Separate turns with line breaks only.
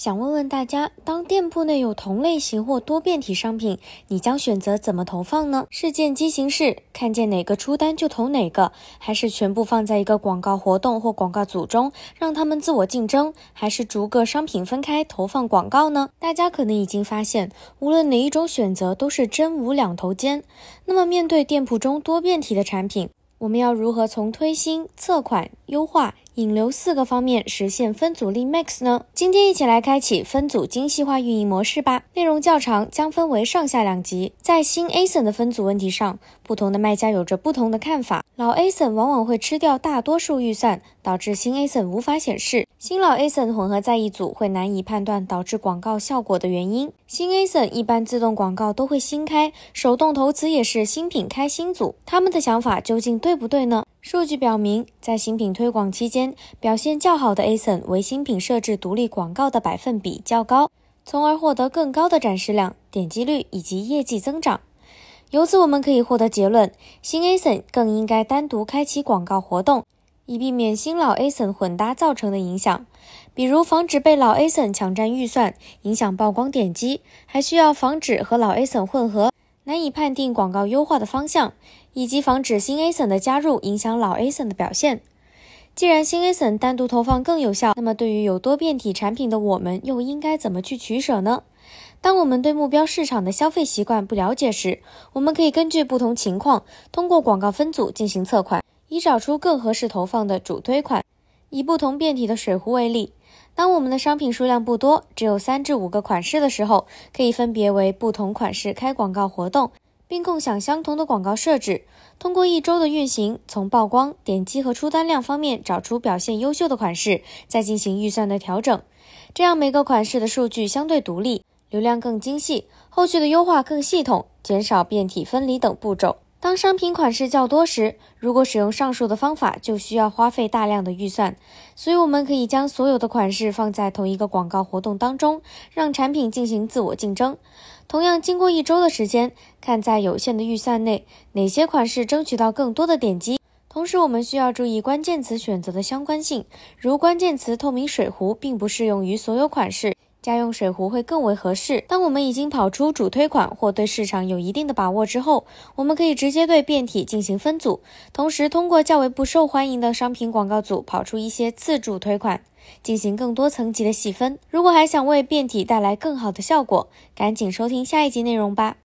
想问问大家，当店铺内有同类型或多变体商品，你将选择怎么投放呢？是见机行事，看见哪个出单就投哪个，还是全部放在一个广告活动或广告组中，让他们自我竞争，还是逐个商品分开投放广告呢？大家可能已经发现，无论哪一种选择都是真无两头尖。那么面对店铺中多变体的产品，我们要如何从推新、测款、优化、引流4个方面实现分组力 max 呢？今天一起来开启分组精细化运营模式吧。内容较长，将分为上下2集。在新 ASIN 的分组问题上，不同的卖家有着不同的看法。老 ASIN 往往会吃掉大多数预算，导致新 ASIN 无法显示。新老 ASIN 混合在一组会难以判断导致广告效果的原因。新 ASIN 一般自动广告都会新开，手动投资也是新品开新组。他们的想法究竟对不对呢？数据表明，在新品推广期间，表现较好的 ASIN 为新品设置独立广告的百分比较高，从而获得更高的展示量、点击率以及业绩增长。由此我们可以获得结论，新 ASIN 更应该单独开启广告活动，以避免新老 ASIN 混搭造成的影响，比如防止被老 ASIN 抢占预算，影响曝光点击，还需要防止和老 ASIN 混合，难以判定广告优化的方向，以及防止新 ASIN 的加入影响老 ASIN 的表现。既然新 ASIN 单独投放更有效，那么对于有多变体产品的我们又应该怎么去取舍呢？当我们对目标市场的消费习惯不了解时，我们可以根据不同情况，通过广告分组进行测款，以找出更合适投放的主推款。以不同变体的水壶为例，当我们的商品数量不多，只有3至5个款式的时候，可以分别为不同款式开广告活动，并共享相同的广告设置。通过1周的运行，从曝光、点击和出单量方面找出表现优秀的款式，再进行预算的调整。这样每个款式的数据相对独立，流量更精细，后续的优化更系统，减少变体分离等步骤。当商品款式较多时，如果使用上述的方法，就需要花费大量的预算，所以我们可以将所有的款式放在同一个广告活动当中，让产品进行自我竞争。同样，经过1周的时间，看在有限的预算内，哪些款式争取到更多的点击。同时，我们需要注意关键词选择的相关性，如关键词透明水壶并不适用于所有款式，家用水壶会更为合适。当我们已经跑出主推款或对市场有一定的把握之后，我们可以直接对变体进行分组，同时通过较为不受欢迎的商品广告组跑出一些次主推款，进行更多层级的细分。如果还想为变体带来更好的效果，赶紧收听下一集内容吧。